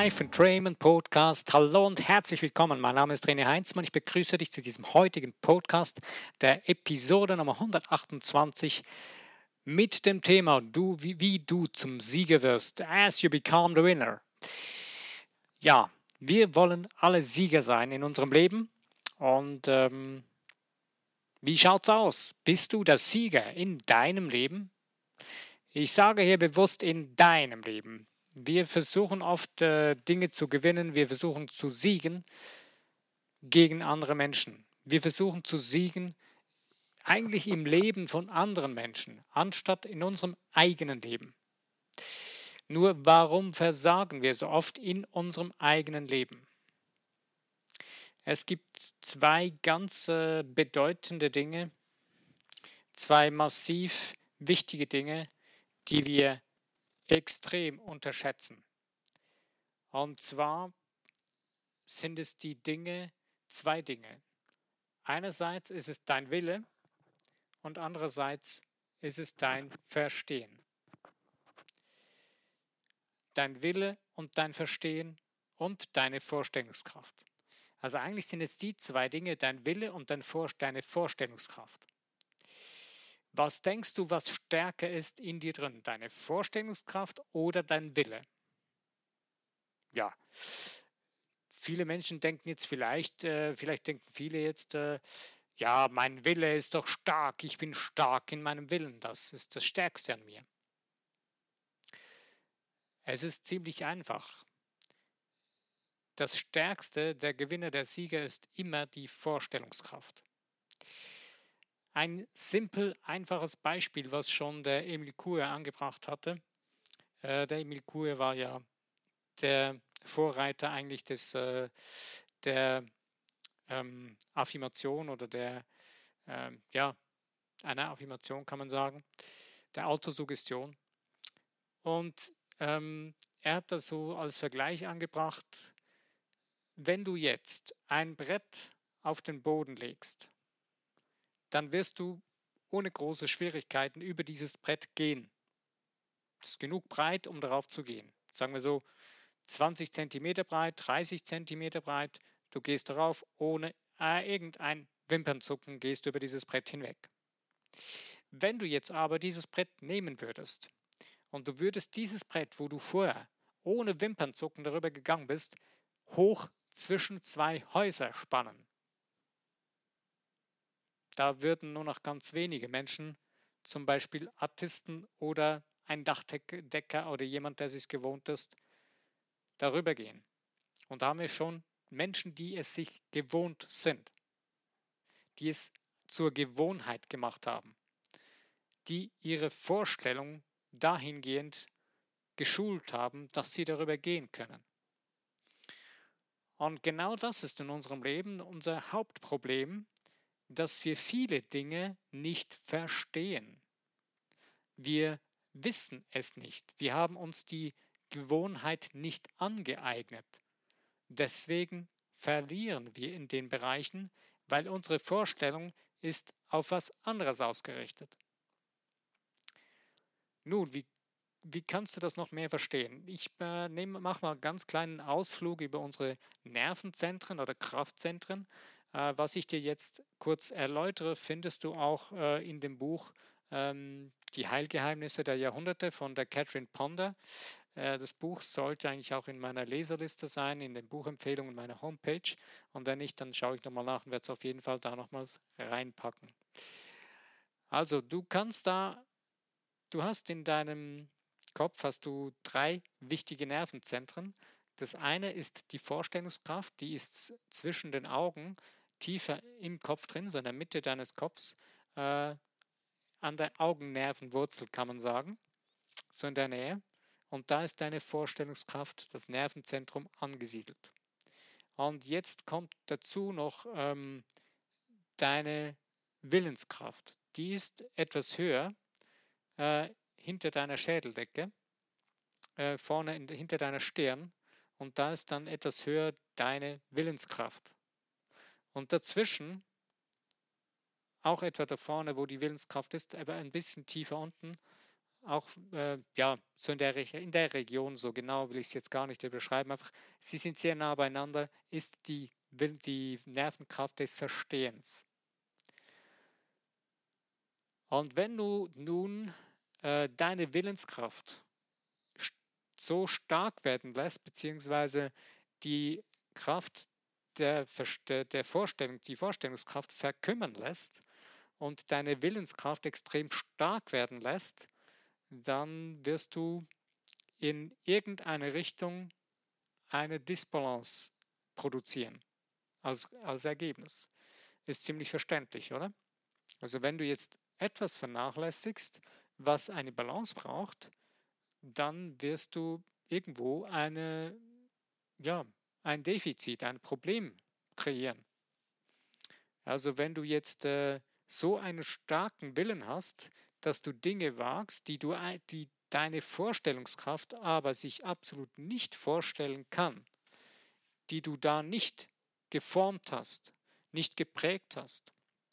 Life and Raymond Podcast. Hallo und herzlich willkommen. Mein Name ist René Heinzmann. Ich begrüße dich zu diesem heutigen Podcast, der Episode Nummer 128 mit dem Thema wie du zum Sieger wirst, as you become the winner. Ja, wir wollen alle Sieger sein in unserem Leben. Und wie schaut's aus? Bist du der Sieger in deinem Leben? Ich sage hier bewusst in deinem Leben. Wir versuchen oft Dinge zu gewinnen, wir versuchen zu siegen gegen andere Menschen. Wir versuchen zu siegen eigentlich im Leben von anderen Menschen, anstatt in unserem eigenen Leben. Nur warum versagen wir so oft in unserem eigenen Leben? Es gibt zwei ganz bedeutende Dinge, zwei massiv wichtige Dinge, die wir extrem unterschätzen. Und zwar sind es zwei Dinge. Einerseits ist es dein Wille und andererseits ist es dein Verstehen. Dein Wille und dein Verstehen und deine Vorstellungskraft. Also eigentlich sind es die zwei Dinge, dein Wille und deine Vorstellungskraft. Was denkst du, was stärker ist in dir drin? Deine Vorstellungskraft oder dein Wille? Ja, viele Menschen denken jetzt vielleicht denken viele jetzt, ja, mein Wille ist doch stark, ich bin stark in meinem Willen, das ist das Stärkste an mir. Es ist ziemlich einfach. Das Stärkste, der Gewinner, der Sieger ist immer die Vorstellungskraft. Ein einfaches Beispiel, was schon der Emile Coué angebracht hatte. Der Emile Coué war ja der Vorreiter eigentlich der Affirmation oder einer Affirmation kann man sagen, der Autosuggestion. Und er hat das so als Vergleich angebracht, wenn du jetzt ein Brett auf den Boden legst, dann wirst du ohne große Schwierigkeiten über dieses Brett gehen. Das ist genug breit, um darauf zu gehen. Sagen wir so 20 cm breit, 30 cm breit. Du gehst darauf, ohne irgendein Wimpernzucken gehst du über dieses Brett hinweg. Wenn du jetzt aber dieses Brett nehmen würdest und du würdest dieses Brett, wo du vorher ohne Wimpernzucken darüber gegangen bist, hoch zwischen zwei Häuser spannen, da würden nur noch ganz wenige Menschen, zum Beispiel Artisten oder ein Dachdecker oder jemand, der es gewohnt ist, darüber gehen. Und da haben wir schon Menschen, die es sich gewohnt sind, die es zur Gewohnheit gemacht haben, die ihre Vorstellung dahingehend geschult haben, dass sie darüber gehen können. Und genau das ist in unserem Leben unser Hauptproblem, dass wir viele Dinge nicht verstehen. Wir wissen es nicht. Wir haben uns die Gewohnheit nicht angeeignet. Deswegen verlieren wir in den Bereichen, weil unsere Vorstellung ist auf was anderes ausgerichtet. Nun, wie kannst du das noch mehr verstehen? Ich mache mal einen ganz kleinen Ausflug über unsere Nervenzentren oder Kraftzentren. Was ich dir jetzt kurz erläutere, findest du auch in dem Buch Die Heilgeheimnisse der Jahrhunderte von der Catherine Ponder. Das Buch sollte eigentlich auch in meiner Leserliste sein, in den Buchempfehlungen meiner Homepage. Und wenn nicht, dann schaue ich nochmal nach und werde es auf jeden Fall da nochmals reinpacken. Also du hast in deinem Kopf drei wichtige Nervenzentren. Das eine ist die Vorstellungskraft, die ist zwischen den Augen, tiefer im Kopf drin, so in der Mitte deines Kopfs, an der Augennervenwurzel kann man sagen, so in der Nähe. Und da ist deine Vorstellungskraft, das Nervenzentrum, angesiedelt. Und jetzt kommt dazu noch deine Willenskraft. Die ist etwas höher, hinter deiner Schädeldecke, vorne hinter deiner Stirn, und da ist dann etwas höher deine Willenskraft. Und dazwischen, auch etwa da vorne, wo die Willenskraft ist, aber ein bisschen tiefer unten, auch ja, so in der Region, so genau will ich es jetzt gar nicht beschreiben, einfach, sie sind sehr nah beieinander, ist die Nervenkraft des Verstehens. Und wenn du nun deine Willenskraft so stark werden lässt, beziehungsweise die Kraft der Vorstellung, die Vorstellungskraft verkümmern lässt und deine Willenskraft extrem stark werden lässt, dann wirst du in irgendeine Richtung eine Disbalance produzieren als Ergebnis. Ist ziemlich verständlich, oder? Also wenn du jetzt etwas vernachlässigst, was eine Balance braucht, dann wirst du irgendwo ja, ein Defizit, ein Problem kreieren. Also wenn du jetzt so einen starken Willen hast, dass du Dinge wagst, die deine Vorstellungskraft aber sich absolut nicht vorstellen kann, die du da nicht geformt hast, nicht geprägt hast,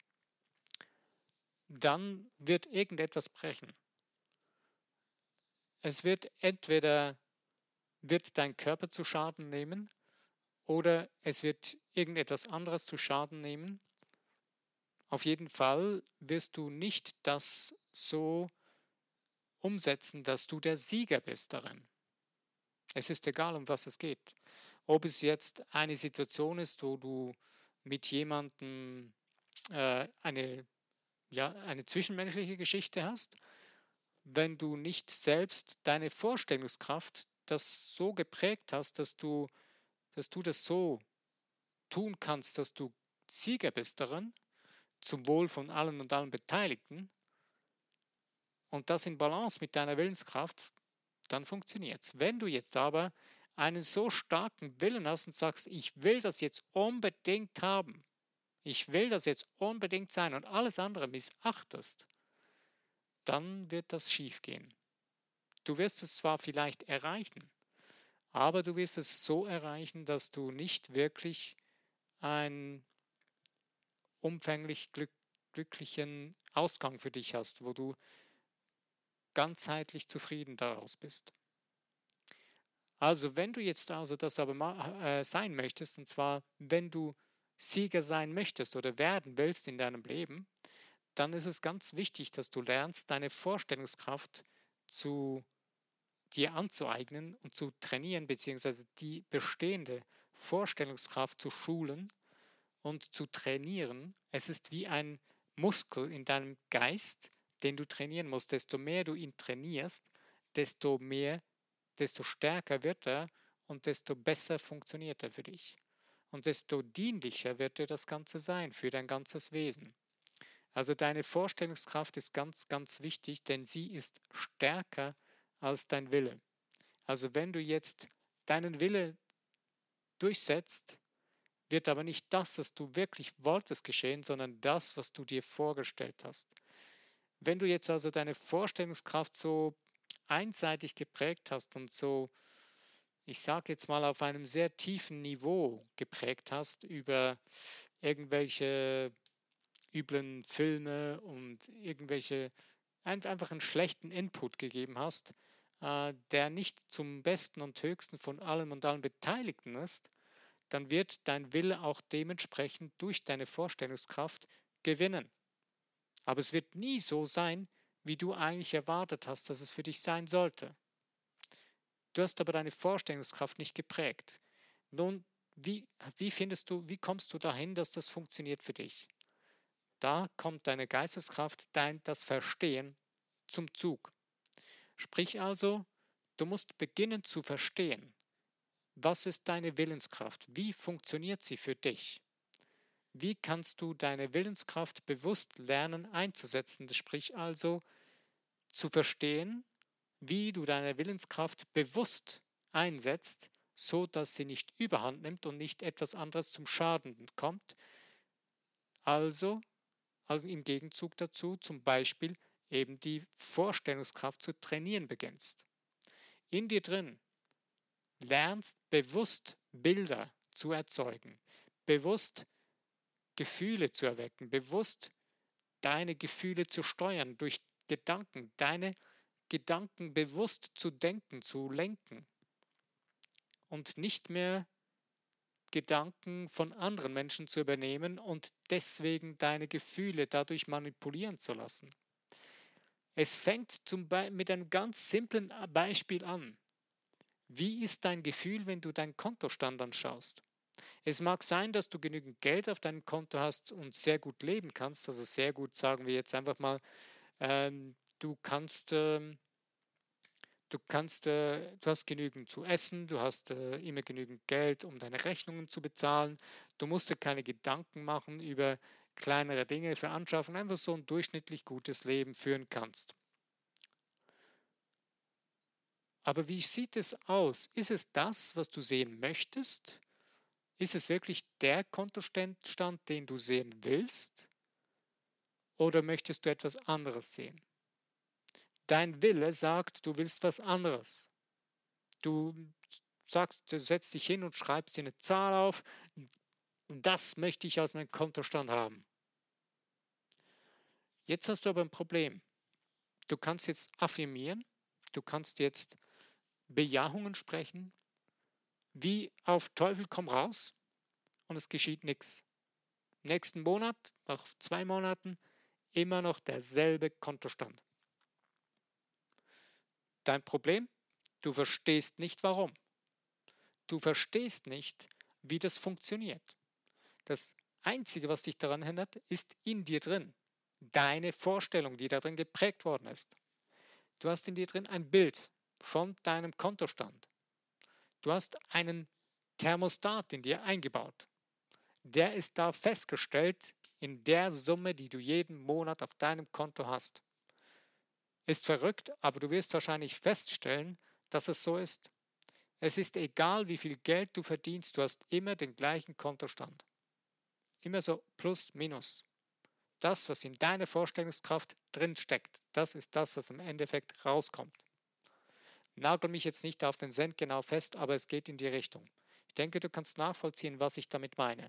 dann wird irgendetwas brechen. Es wird entweder wird dein Körper zu Schaden nehmen oder es wird irgendetwas anderes zu Schaden nehmen. Auf jeden Fall wirst du nicht das so umsetzen, dass du der Sieger bist darin. Es ist egal, um was es geht. Ob es jetzt eine Situation ist, wo du mit jemandem eine zwischenmenschliche Geschichte hast, wenn du nicht selbst deine Vorstellungskraft das so geprägt hast, dass du das so tun kannst, dass du Sieger bist darin, zum Wohl von allen und allen Beteiligten, und das in Balance mit deiner Willenskraft, dann funktioniert es. Wenn du jetzt aber einen so starken Willen hast und sagst, ich will das jetzt unbedingt haben, ich will das jetzt unbedingt sein und alles andere missachtest, dann wird das schiefgehen. Du wirst es zwar vielleicht erreichen, aber du wirst es so erreichen, dass du nicht wirklich einen umfänglich glücklichen Ausgang für dich hast, wo du ganzheitlich zufrieden daraus bist. Also wenn du jetzt also das aber sein möchtest, und zwar wenn du Sieger sein möchtest oder werden willst in deinem Leben, dann ist es ganz wichtig, dass du lernst, deine Vorstellungskraft zu dir anzueignen und zu trainieren, beziehungsweise die bestehende Vorstellungskraft zu schulen und zu trainieren. Es ist wie ein Muskel in deinem Geist, den du trainieren musst. Desto mehr du ihn trainierst, desto stärker wird er und desto besser funktioniert er für dich. Und desto dienlicher wird dir das Ganze sein für dein ganzes Wesen. Also deine Vorstellungskraft ist ganz, ganz wichtig, denn sie ist stärker als dein Wille. Also wenn du jetzt deinen Wille durchsetzt, wird aber nicht das, was du wirklich wolltest, geschehen, sondern das, was du dir vorgestellt hast. Wenn du jetzt also deine Vorstellungskraft so einseitig geprägt hast und so, ich sage jetzt mal, auf einem sehr tiefen Niveau geprägt hast über irgendwelche üblen Filme und einfach einen schlechten Input gegeben hast, der nicht zum Besten und Höchsten von allem und allen Beteiligten ist, dann wird dein Wille auch dementsprechend durch deine Vorstellungskraft gewinnen. Aber es wird nie so sein, wie du eigentlich erwartet hast, dass es für dich sein sollte. Du hast aber deine Vorstellungskraft nicht geprägt. Nun, wie kommst du dahin, dass das funktioniert für dich? Da kommt deine Geisteskraft, das Verstehen zum Zug. Sprich also, du musst beginnen zu verstehen, was ist deine Willenskraft? Wie funktioniert sie für dich? Wie kannst du deine Willenskraft bewusst lernen einzusetzen? Sprich also zu verstehen, wie du deine Willenskraft bewusst einsetzt, so dass sie nicht überhand nimmt und nicht etwas anderes zum Schaden kommt. Also im Gegenzug dazu zum Beispiel eben die Vorstellungskraft zu trainieren beginnst. In dir drin lernst bewusst Bilder zu erzeugen, bewusst Gefühle zu erwecken, bewusst deine Gefühle zu steuern durch Gedanken, deine Gedanken bewusst zu denken, zu lenken und nicht mehr Gedanken von anderen Menschen zu übernehmen und deswegen deine Gefühle dadurch manipulieren zu lassen. Es fängt mit einem ganz simplen Beispiel an. Wie ist dein Gefühl, wenn du deinen Kontostand anschaust? Es mag sein, dass du genügend Geld auf deinem Konto hast und sehr gut leben kannst. Also sehr gut, sagen wir jetzt einfach mal, du kannst du hast genügend zu essen, du hast immer genügend Geld, um deine Rechnungen zu bezahlen. Du musst dir keine Gedanken machen über kleinere Dinge für Anschaffung, einfach so ein durchschnittlich gutes Leben führen kannst. Aber wie sieht es aus? Ist es das, was du sehen möchtest? Ist es wirklich der Kontostand, den du sehen willst? Oder möchtest du etwas anderes sehen? Dein Wille sagt, du willst was anderes. Du du setzt dich hin und schreibst dir eine Zahl auf. Das möchte ich aus meinem Kontostand haben. Jetzt hast du aber ein Problem. Du kannst jetzt affirmieren, du kannst jetzt Bejahungen sprechen, wie auf Teufel komm raus und es geschieht nichts. Nächsten Monat, nach 2 Monaten, immer noch derselbe Kontostand. Dein Problem? Du verstehst nicht warum. Du verstehst nicht, wie das funktioniert. Das Einzige, was dich daran hindert, ist in dir drin. Deine Vorstellung, die darin geprägt worden ist. Du hast in dir drin ein Bild von deinem Kontostand. Du hast einen Thermostat in dir eingebaut. Der ist da festgestellt in der Summe, die du jeden Monat auf deinem Konto hast. Ist verrückt, aber du wirst wahrscheinlich feststellen, dass es so ist. Es ist egal, wie viel Geld du verdienst, du hast immer den gleichen Kontostand. Immer so plus, minus. Das, was in deiner Vorstellungskraft drinsteckt, das ist das, was im Endeffekt rauskommt. Nagel mich jetzt nicht auf den Cent genau fest, aber es geht in die Richtung. Ich denke, du kannst nachvollziehen, was ich damit meine.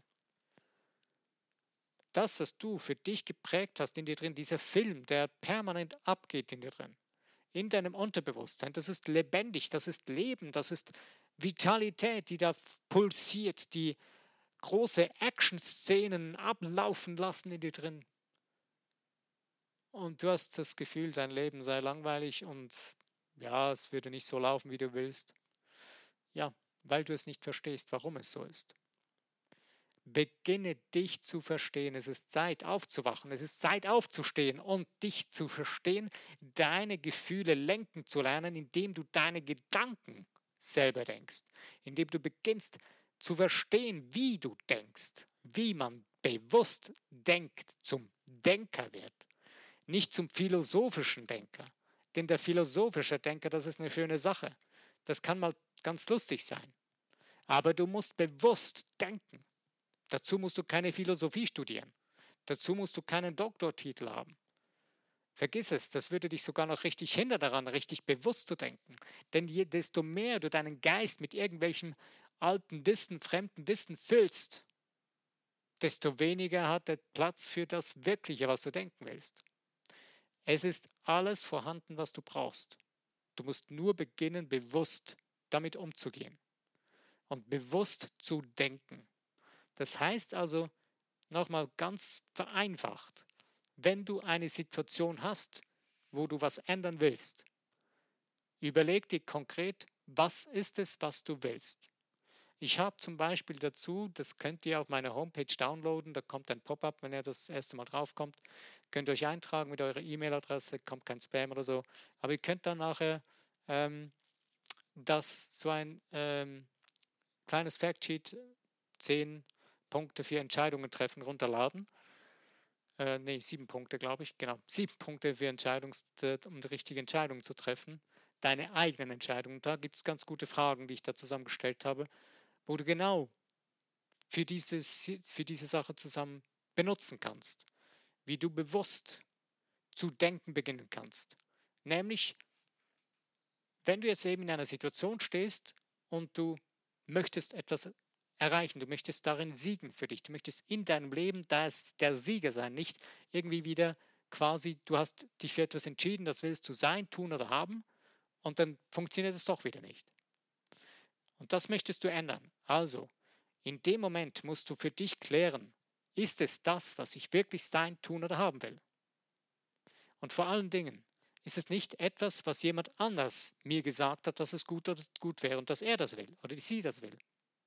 Das, was du für dich geprägt hast in dir drin, dieser Film, der permanent abgeht in dir drin, in deinem Unterbewusstsein, das ist lebendig, das ist Leben, das ist Vitalität, die da pulsiert, die große Action-Szenen ablaufen lassen in dir drin. Und du hast das Gefühl, dein Leben sei langweilig und ja, es würde nicht so laufen, wie du willst. Ja, weil du es nicht verstehst, warum es so ist. Beginne dich zu verstehen. Es ist Zeit aufzuwachen. Es ist Zeit aufzustehen und dich zu verstehen, deine Gefühle lenken zu lernen, indem du deine Gedanken selber denkst, indem du beginnst zu verstehen, wie du denkst, wie man bewusst denkt, zum Denker wird, nicht zum philosophischen Denker. Denn der philosophische Denker, das ist eine schöne Sache. Das kann mal ganz lustig sein. Aber du musst bewusst denken. Dazu musst du keine Philosophie studieren. Dazu musst du keinen Doktortitel haben. Vergiss es, das würde dich sogar noch richtig hindern daran, richtig bewusst zu denken. Denn desto mehr du deinen Geist mit irgendwelchen alten Wissen, fremden Wissen füllst, desto weniger hat er Platz für das Wirkliche, was du denken willst. Es ist alles vorhanden, was du brauchst. Du musst nur beginnen, bewusst damit umzugehen und bewusst zu denken. Das heißt also, nochmal ganz vereinfacht, wenn du eine Situation hast, wo du was ändern willst, überleg dir konkret, was ist es, was du willst. Ich habe zum Beispiel dazu, das könnt ihr auf meiner Homepage downloaden, da kommt ein Pop-up, wenn ihr das erste Mal draufkommt, könnt ihr euch eintragen mit eurer E-Mail-Adresse, kommt kein Spam oder so, aber ihr könnt dann nachher das so ein kleines Factsheet, 10 Punkte für Entscheidungen treffen, runterladen. 7 Punkte, glaube ich. Genau, 7 Punkte für um die richtige Entscheidung zu treffen. Deine eigenen Entscheidungen. Da gibt es ganz gute Fragen, die ich da zusammengestellt habe, wo du genau für diese Sache zusammen benutzen kannst. Wie du bewusst zu denken beginnen kannst. Nämlich, wenn du jetzt eben in einer Situation stehst und du möchtest etwas erreichen, du möchtest darin siegen für dich, du möchtest in deinem Leben der Sieger sein, nicht irgendwie wieder quasi, du hast dich für etwas entschieden, das willst du sein, tun oder haben, und dann funktioniert es doch wieder nicht. Und das möchtest du ändern. Also, in dem Moment musst du für dich klären, ist es das, was ich wirklich sein, tun oder haben will? Und vor allen Dingen, ist es nicht etwas, was jemand anders mir gesagt hat, dass es gut oder gut wäre und dass er das will oder sie das will.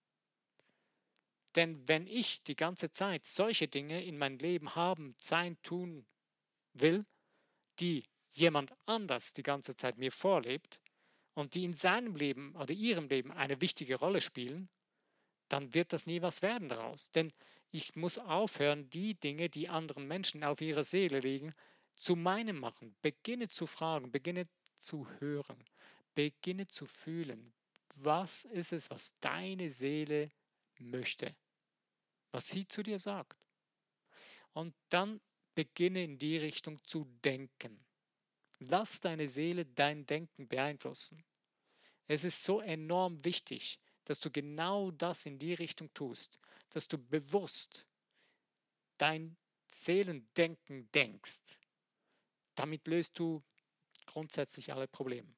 Denn wenn ich die ganze Zeit solche Dinge in mein Leben haben, sein, tun will, die jemand anders die ganze Zeit mir vorlebt und die in seinem Leben oder ihrem Leben eine wichtige Rolle spielen, dann wird das nie was werden daraus. Denn ich muss aufhören, die Dinge, die anderen Menschen auf ihrer Seele liegen, zu meinem machen. Beginne zu fragen, beginne zu hören, beginne zu fühlen. Was ist es, was deine Seele möchte? Was sie zu dir sagt? Und dann beginne in die Richtung zu denken. Lass deine Seele dein Denken beeinflussen. Es ist so enorm wichtig, dass du genau das in die Richtung tust, dass du bewusst dein Seelendenken denkst. Damit löst du grundsätzlich alle Probleme.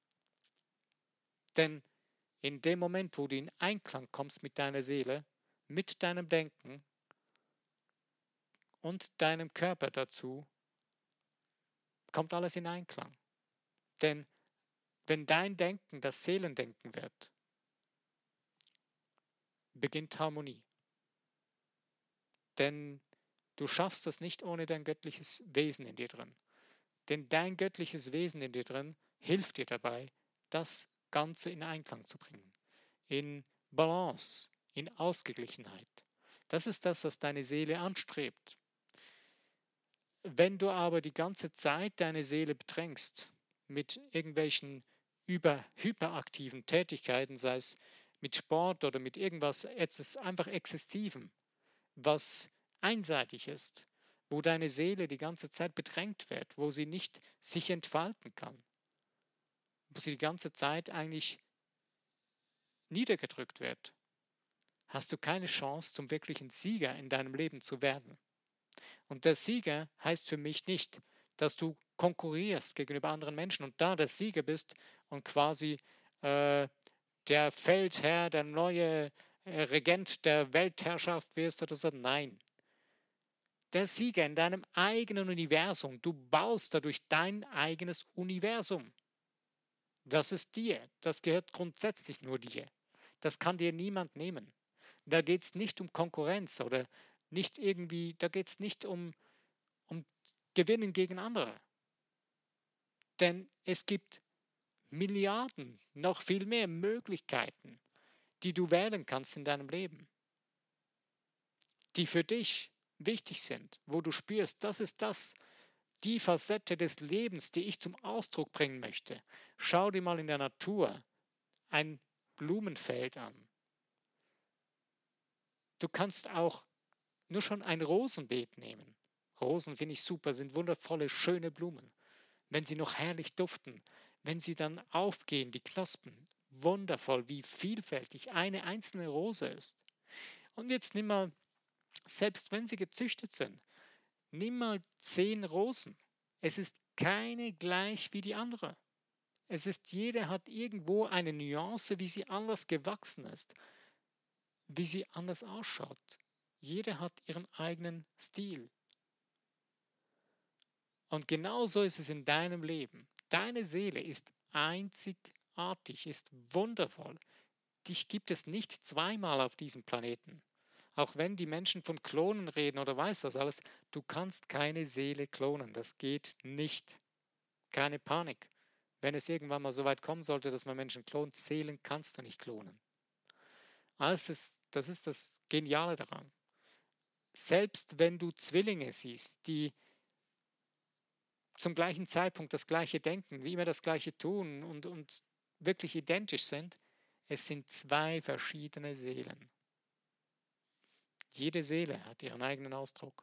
Denn in dem Moment, wo du in Einklang kommst mit deiner Seele, mit deinem Denken und deinem Körper dazu, kommt alles in Einklang. Denn wenn dein Denken das Seelendenken wird, beginnt Harmonie. Denn du schaffst das nicht ohne dein göttliches Wesen in dir drin. Denn dein göttliches Wesen in dir drin hilft dir dabei, das Ganze in Einklang zu bringen. In Balance, in Ausgeglichenheit. Das ist das, was deine Seele anstrebt. Wenn du aber die ganze Zeit deine Seele bedrängst mit irgendwelchen hyperaktiven Tätigkeiten, sei es mit Sport oder mit irgendwas, etwas einfach Exzessivem, was einseitig ist, wo deine Seele die ganze Zeit bedrängt wird, wo sie nicht sich entfalten kann, wo sie die ganze Zeit eigentlich niedergedrückt wird, hast du keine Chance, zum wirklichen Sieger in deinem Leben zu werden. Und der Sieger heißt für mich nicht, dass du konkurrierst gegenüber anderen Menschen und da der Sieger bist und quasi der Feldherr, der neue Regent der Weltherrschaft wirst oder so. Nein. Der Sieger in deinem eigenen Universum. Du baust dadurch dein eigenes Universum. Das ist dir. Das gehört grundsätzlich nur dir. Das kann dir niemand nehmen. Da geht es nicht um Konkurrenz oder nicht irgendwie, da geht es nicht um Gewinnen gegen andere. Denn es gibt Milliarden, noch viel mehr Möglichkeiten, die du wählen kannst in deinem Leben, die für dich wichtig sind, wo du spürst, das ist das, die Facette des Lebens, die ich zum Ausdruck bringen möchte. Schau dir mal in der Natur ein Blumenfeld an. Du kannst auch nur schon ein Rosenbeet nehmen. Rosen finde ich super, sind wundervolle, schöne Blumen. Wenn sie noch herrlich duften, wenn sie dann aufgehen, die Knospen, wundervoll, wie vielfältig eine einzelne Rose ist. Und jetzt nimm mal, selbst wenn sie gezüchtet sind, nimm mal 10 Rosen. Es ist keine gleich wie die andere. Jede hat irgendwo eine Nuance, wie sie anders gewachsen ist, wie sie anders ausschaut. Jede hat ihren eigenen Stil. Und genauso ist es in deinem Leben. Deine Seele ist einzigartig, ist wundervoll. Dich gibt es nicht zweimal auf diesem Planeten. Auch wenn die Menschen von Klonen reden oder weiß das alles, du kannst keine Seele klonen. Das geht nicht. Keine Panik. Wenn es irgendwann mal so weit kommen sollte, dass man Menschen klont, Seelen kannst du nicht klonen. Das ist das Geniale daran. Selbst wenn du Zwillinge siehst, die zum gleichen Zeitpunkt das gleiche denken, wie immer das gleiche tun und wirklich identisch sind, es sind zwei verschiedene Seelen. Jede Seele hat ihren eigenen Ausdruck.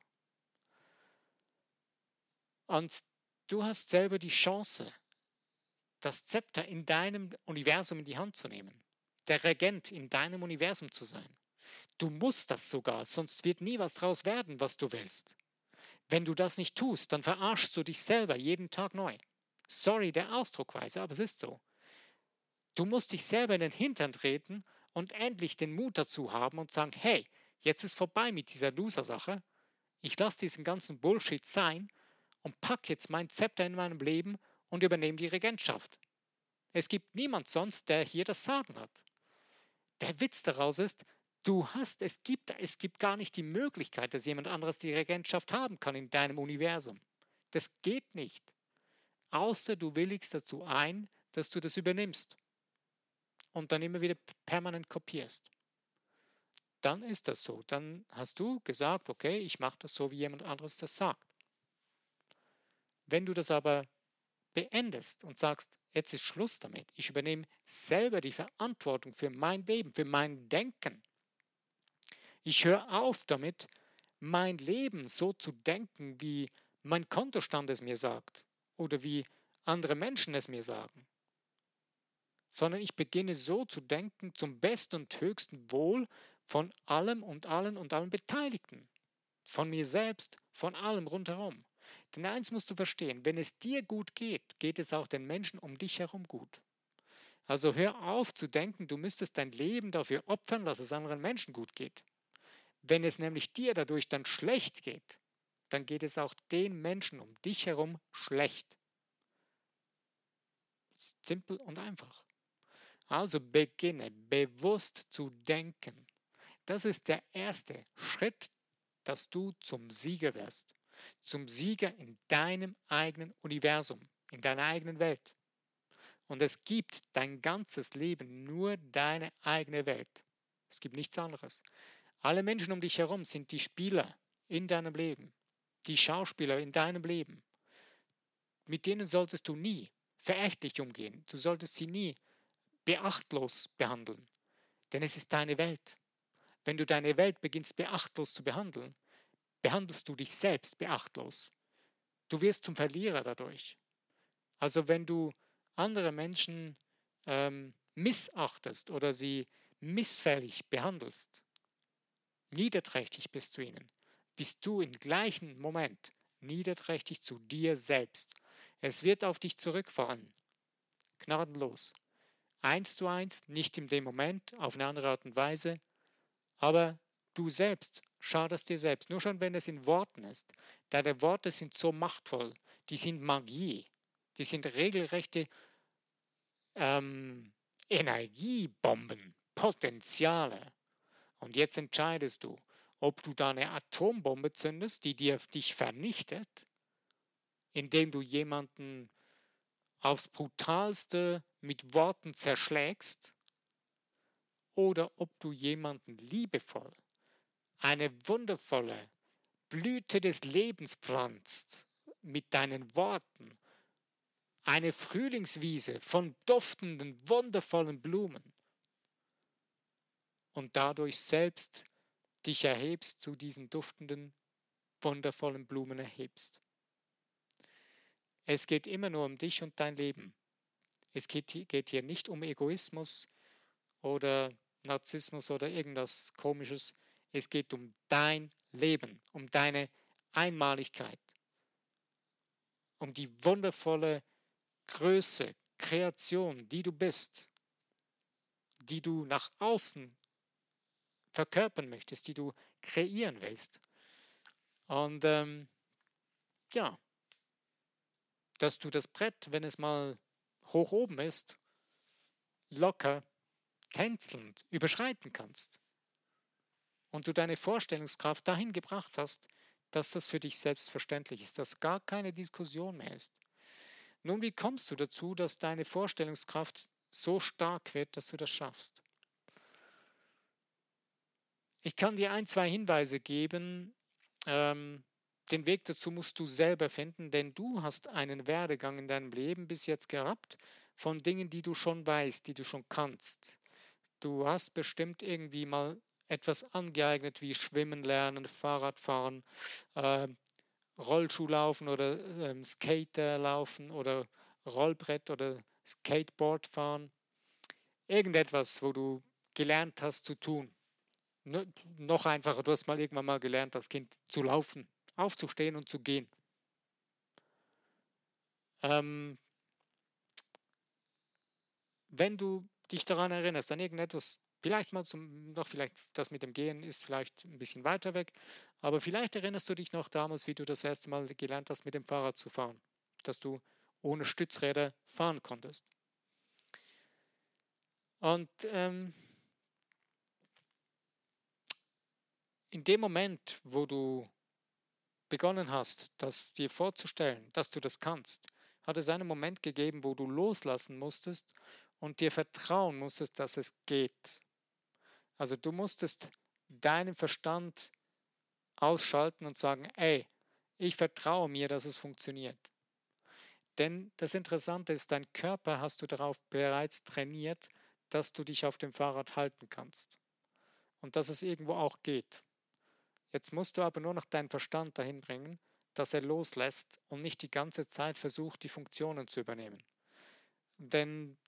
Und du hast selber die Chance, das Zepter in deinem Universum in die Hand zu nehmen, der Regent in deinem Universum zu sein. Du musst das sogar, sonst wird nie was draus werden, was du willst. Wenn du das nicht tust, dann verarschst du dich selber jeden Tag neu. Sorry, der Ausdruckweise, aber es ist so. Du musst dich selber in den Hintern treten und endlich den Mut dazu haben und sagen, hey, jetzt ist vorbei mit dieser Loser-Sache. Ich lasse diesen ganzen Bullshit sein und pack jetzt mein Zepter in meinem Leben und übernehme die Regentschaft. Es gibt niemand sonst, der hier das Sagen hat. Der Witz daraus ist, es gibt gar nicht die Möglichkeit, dass jemand anderes die Regentschaft haben kann in deinem Universum. Das geht nicht. Außer du willigst dazu ein, dass du das übernimmst und dann immer wieder permanent kopierst. Dann ist das so. Dann hast du gesagt, okay, ich mache das so, wie jemand anderes das sagt. Wenn du das aber beendest und sagst, jetzt ist Schluss damit, ich übernehme selber die Verantwortung für mein Leben, für mein Denken. Ich höre auf damit, mein Leben so zu denken, wie mein Kontostand es mir sagt oder wie andere Menschen es mir sagen, sondern ich beginne so zu denken zum besten und höchsten Wohl von allem und allen und allen Beteiligten, von mir selbst, von allem rundherum. Denn eins musst du verstehen, wenn es dir gut geht, geht es auch den Menschen um dich herum gut. Also hör auf zu denken, du müsstest dein Leben dafür opfern, dass es anderen Menschen gut geht. Wenn es nämlich dir dadurch dann schlecht geht, dann geht es auch den Menschen um dich herum schlecht. Simpel und einfach. Also beginne bewusst zu denken. Das ist der erste Schritt, dass du zum Sieger wirst. Zum Sieger in deinem eigenen Universum, in deiner eigenen Welt. Und es gibt dein ganzes Leben nur deine eigene Welt. Es gibt nichts anderes. Alle Menschen um dich herum sind die Spieler in deinem Leben, die Schauspieler in deinem Leben. Mit denen solltest du nie verächtlich umgehen. Du solltest sie nie beachtlos behandeln, denn es ist deine Welt. Wenn du deine Welt beginnst beachtlos zu behandeln, behandelst du dich selbst beachtlos. Du wirst zum Verlierer dadurch. Also wenn du andere Menschen missachtest oder sie missfällig behandelst, niederträchtig bist zu ihnen, bist du im gleichen Moment niederträchtig zu dir selbst. Es wird auf dich zurückfallen, gnadenlos. Eins zu eins, nicht in dem Moment, auf eine andere Art und Weise, aber du selbst schadest dir selbst. Nur schon, wenn es in Worten ist. Deine Worte sind so machtvoll, die sind Magie, die sind regelrechte Energiebomben, Potenziale. Und jetzt entscheidest du, ob du da eine Atombombe zündest, die dich vernichtet, indem du jemanden aufs Brutalste mit Worten zerschlägst, oder ob du jemanden liebevoll eine wundervolle Blüte des Lebens pflanzt mit deinen Worten, eine Frühlingswiese von duftenden, wundervollen Blumen und dadurch selbst dich erhebst, zu diesen duftenden, wundervollen Blumen erhebst. Es geht immer nur um dich und dein Leben. Es geht hier nicht um Egoismus oder Narzissmus oder irgendwas Komisches. Es geht um dein Leben, um deine Einmaligkeit, um die wundervolle Größe, Kreation, die du bist, die du nach außen verkörpern möchtest, die du kreieren willst. Und ja, dass du das Brett, wenn es mal hoch oben ist, locker, tänzelnd überschreiten kannst. Und du deine Vorstellungskraft dahin gebracht hast, dass das für dich selbstverständlich ist, dass gar keine Diskussion mehr ist. Nun, wie kommst du dazu, dass deine Vorstellungskraft so stark wird, dass du das schaffst? Ich kann dir ein, zwei Hinweise geben. Den Weg dazu musst du selber finden, denn du hast einen Werdegang in deinem Leben bis jetzt gehabt von Dingen, die du schon weißt, die du schon kannst. Du hast bestimmt irgendwie mal etwas angeeignet wie Schwimmen lernen, Fahrradfahren, äh, Rollschuhlaufen oder Skaterlaufen oder Rollbrett oder Skateboard fahren. Irgendetwas, wo du gelernt hast zu tun. Noch einfacher, du hast mal irgendwann mal gelernt, als Kind zu laufen. aufzustehen und zu gehen. Ähm, Wenn du dich daran erinnerst, an irgendetwas, vielleicht mal vielleicht das mit dem Gehen ist vielleicht ein bisschen weiter weg, aber vielleicht erinnerst du dich noch damals, wie du das erste Mal gelernt hast, mit dem Fahrrad zu fahren, dass du ohne Stützräder fahren konntest. Und in dem Moment, wo du begonnen hast, das dir vorzustellen, dass du das kannst, hat es einen Moment gegeben, wo du loslassen musstest und dir vertrauen musstest, dass es geht. Also du musstest deinen Verstand ausschalten und sagen, ey, ich vertraue mir, dass es funktioniert. Denn das Interessante ist, dein Körper hast du darauf bereits trainiert, dass du dich auf dem Fahrrad halten kannst und dass es irgendwo auch geht. Jetzt musst du aber nur noch deinen Verstand dahin bringen, dass er loslässt und nicht die ganze Zeit versucht, die Funktionen zu übernehmen. Denn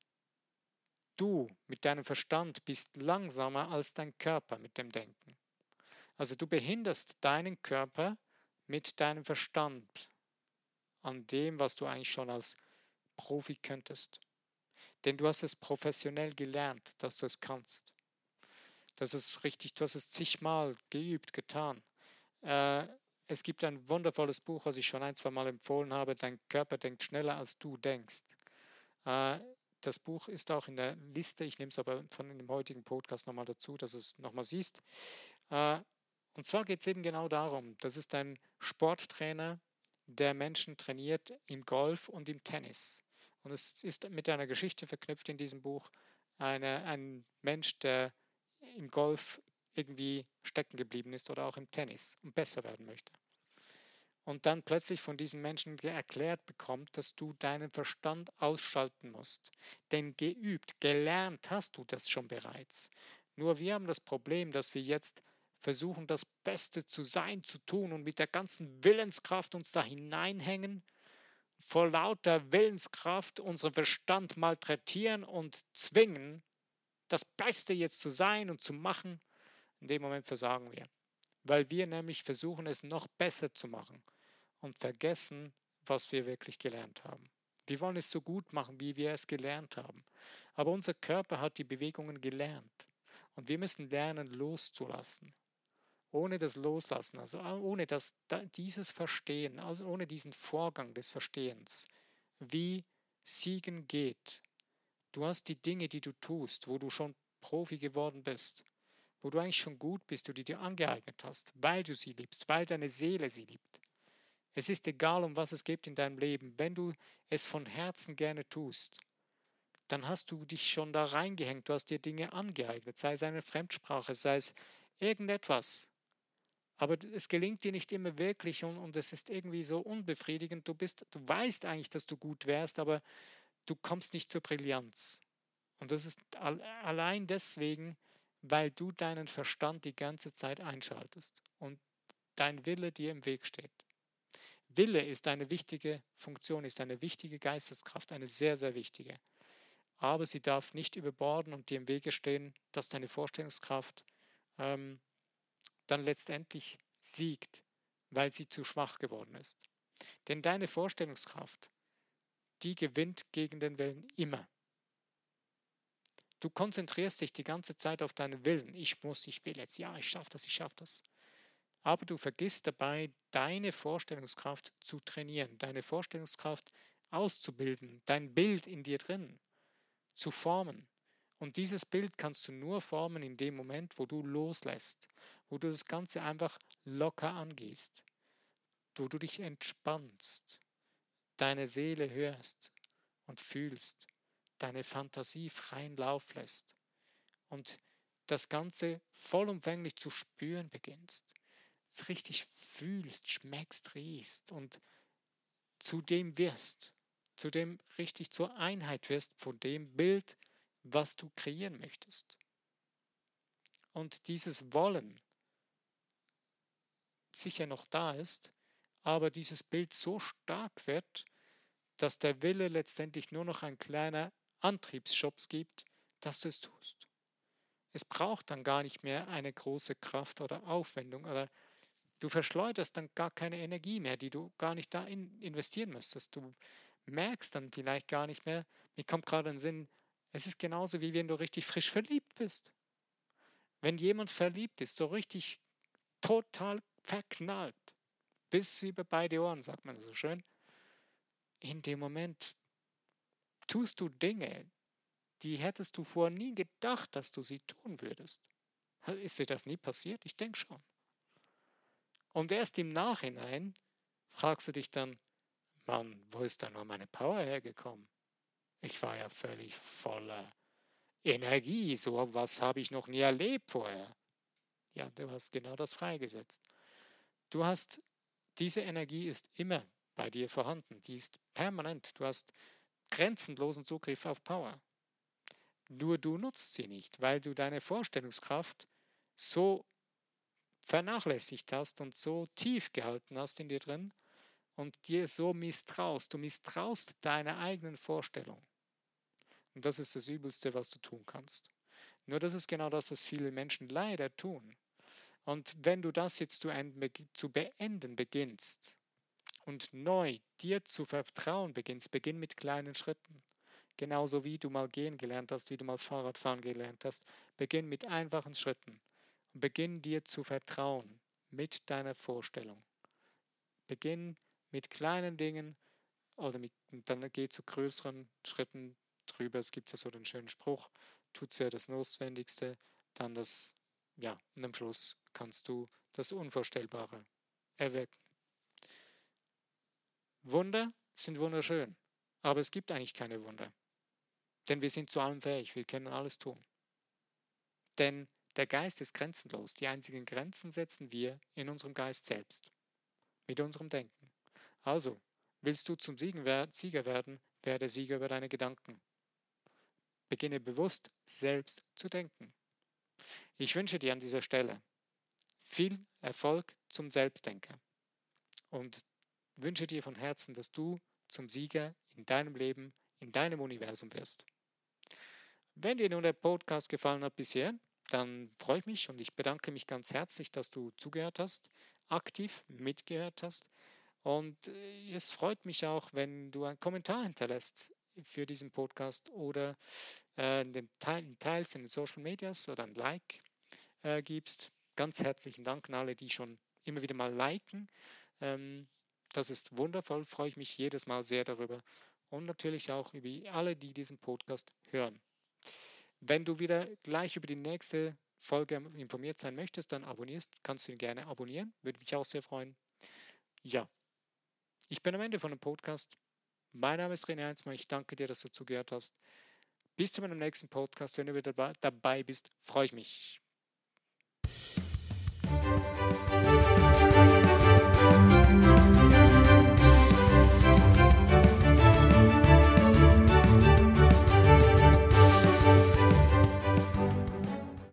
du mit deinem Verstand bist langsamer als dein Körper mit dem Denken. Also du behinderst deinen Körper mit deinem Verstand an dem, was du eigentlich schon als Profi könntest. Denn du hast es professionell gelernt, dass du es kannst. Das ist richtig, du hast es zigmal geübt, getan. Äh, Es gibt ein wundervolles Buch, was ich schon ein, zwei Mal empfohlen habe. Dein Körper denkt schneller, als du denkst. Äh, Das Buch ist auch in der Liste. Ich nehme es aber von dem heutigen Podcast nochmal dazu, dass du es nochmal siehst. Äh, und zwar geht es eben genau darum. Das ist ein Sporttrainer, der Menschen trainiert im Golf und im Tennis. Und es ist mit einer Geschichte verknüpft in diesem Buch. Ein Mensch, der im Golf irgendwie stecken geblieben ist oder auch im Tennis und besser werden möchte. Und dann plötzlich von diesem Menschen erklärt bekommt, dass du deinen Verstand ausschalten musst. Denn geübt, gelernt hast du das schon bereits. Nur wir haben das Problem, dass wir jetzt versuchen, das Beste zu sein, zu tun und mit der ganzen Willenskraft uns da hineinhängen, vor lauter Willenskraft unseren Verstand malträtieren und zwingen, das Beste jetzt zu sein und zu machen. In dem Moment versagen wir, weil wir nämlich versuchen, es noch besser zu machen und vergessen, was wir wirklich gelernt haben. Wir wollen es so gut machen, wie wir es gelernt haben. Aber unser Körper hat die Bewegungen gelernt. Und wir müssen lernen, loszulassen. Ohne das Loslassen, also ohne dieses Verstehen, also ohne diesen Vorgang des Verstehens, wie Siegen geht. Du hast die Dinge, die du tust, wo du schon Profi geworden bist, wo du eigentlich schon gut bist, die du dir angeeignet hast, weil du sie liebst, weil deine Seele sie liebt. Es ist egal, um was es geht in deinem Leben. Wenn du es von Herzen gerne tust, dann hast du dich schon da reingehängt. Du hast dir Dinge angeeignet, sei es eine Fremdsprache, sei es irgendetwas. Aber es gelingt dir nicht immer wirklich und es ist irgendwie so unbefriedigend. Du weißt eigentlich, dass du gut wärst, aber du kommst nicht zur Brillanz. Und das ist allein deswegen, weil du deinen Verstand die ganze Zeit einschaltest und dein Wille dir im Weg steht. Wille ist eine wichtige Funktion, ist eine wichtige Geisteskraft, eine sehr, sehr wichtige. Aber sie darf nicht überborden und dir im Wege stehen, dass deine Vorstellungskraft ähm, dann letztendlich siegt, weil sie zu schwach geworden ist. Denn deine Vorstellungskraft, die gewinnt gegen den Willen immer. Du konzentrierst dich die ganze Zeit auf deinen Willen. Ich muss, ich will jetzt, ja, ich schaffe das, ich schaffe das. Aber du vergisst dabei, deine Vorstellungskraft zu trainieren, deine Vorstellungskraft auszubilden, dein Bild in dir drin zu formen. Und dieses Bild kannst du nur formen in dem Moment, wo du loslässt, wo du das Ganze einfach locker angehst, wo du dich entspannst, deine Seele hörst und fühlst, deine Fantasie freien Lauf lässt und das Ganze vollumfänglich zu spüren beginnst, es richtig fühlst, schmeckst, riechst und zu dem wirst, zu dem richtig zur Einheit wirst von dem Bild, was du kreieren möchtest. Und dieses Wollen sicher noch da ist, aber dieses Bild so stark wird, dass der Wille letztendlich nur noch ein kleiner Antriebsschubs gibt, dass du es tust. Es braucht dann gar nicht mehr eine große Kraft oder Aufwendung oder Du verschleuderst dann gar keine Energie mehr, die du gar nicht da investieren müsstest. Du merkst dann vielleicht gar nicht mehr, mir kommt gerade in den Sinn, es ist genauso wie wenn du richtig frisch verliebt bist. Wenn jemand verliebt ist, so richtig total verknallt, bis über beide Ohren, sagt man so schön, in dem Moment tust du Dinge, die hättest du vorher nie gedacht, dass du sie tun würdest. Ist dir das nie passiert? Ich denke schon. Und erst im Nachhinein fragst du dich dann, Mann, wo ist da nur meine Power hergekommen? Ich war ja völlig voller Energie, so was habe ich noch nie erlebt vorher. Ja, du hast genau das freigesetzt. Du hast, diese Energie ist immer bei dir vorhanden, die ist permanent. Du hast grenzenlosen Zugriff auf Power. Nur du nutzt sie nicht, weil du deine Vorstellungskraft so vernachlässigt hast und so tief gehalten hast in dir drin und dir so misstraust. Du misstraust deiner eigenen Vorstellung. Und das ist das Übelste, was du tun kannst. Nur das ist genau das, was viele Menschen leider tun. Und wenn du das jetzt zu beenden beginnst und neu dir zu vertrauen beginnst, beginn mit kleinen Schritten. Genauso wie du mal gehen gelernt hast, wie du mal Fahrradfahren gelernt hast, beginn mit einfachen Schritten. Und beginn dir zu vertrauen mit deiner Vorstellung. Beginn mit kleinen Dingen und dann geh zu größeren Schritten drüber. Es gibt ja so den schönen Spruch, tut zuerst das Notwendigste, dann das, ja, und am Schluss kannst du das Unvorstellbare erwirken. Wunder sind wunderschön, aber es gibt eigentlich keine Wunder, denn wir sind zu allem fähig, wir können alles tun. Denn der Geist ist grenzenlos, die einzigen Grenzen setzen wir in unserem Geist selbst, mit unserem Denken. Also, willst du zum Sieger werden, werde Sieger über deine Gedanken. Beginne bewusst selbst zu denken. Ich wünsche dir an dieser Stelle viel Erfolg zum Selbstdenker und wünsche dir von Herzen, dass du zum Sieger in deinem Leben, in deinem Universum wirst. Wenn dir nun der Podcast gefallen hat bisher, dann freue ich mich und ich bedanke mich ganz herzlich, dass du zugehört hast, aktiv mitgehört hast. Und es freut mich auch, wenn du einen Kommentar hinterlässt für diesen Podcast oder teilst in den Social Medias oder ein Like gibst. Ganz herzlichen Dank an alle, die schon immer wieder mal liken. Das ist wundervoll, freue ich mich jedes Mal sehr darüber. Und natürlich auch über alle, die diesen Podcast hören. Wenn du wieder gleich über die nächste Folge informiert sein möchtest, dann kannst du ihn gerne abonnieren. Würde mich auch sehr freuen. Ja, ich bin am Ende von dem Podcast. Mein Name ist René Heinzmann. Ich danke dir, dass du zugehört hast. Bis zu meinem nächsten Podcast. Wenn du wieder dabei bist, freue ich mich.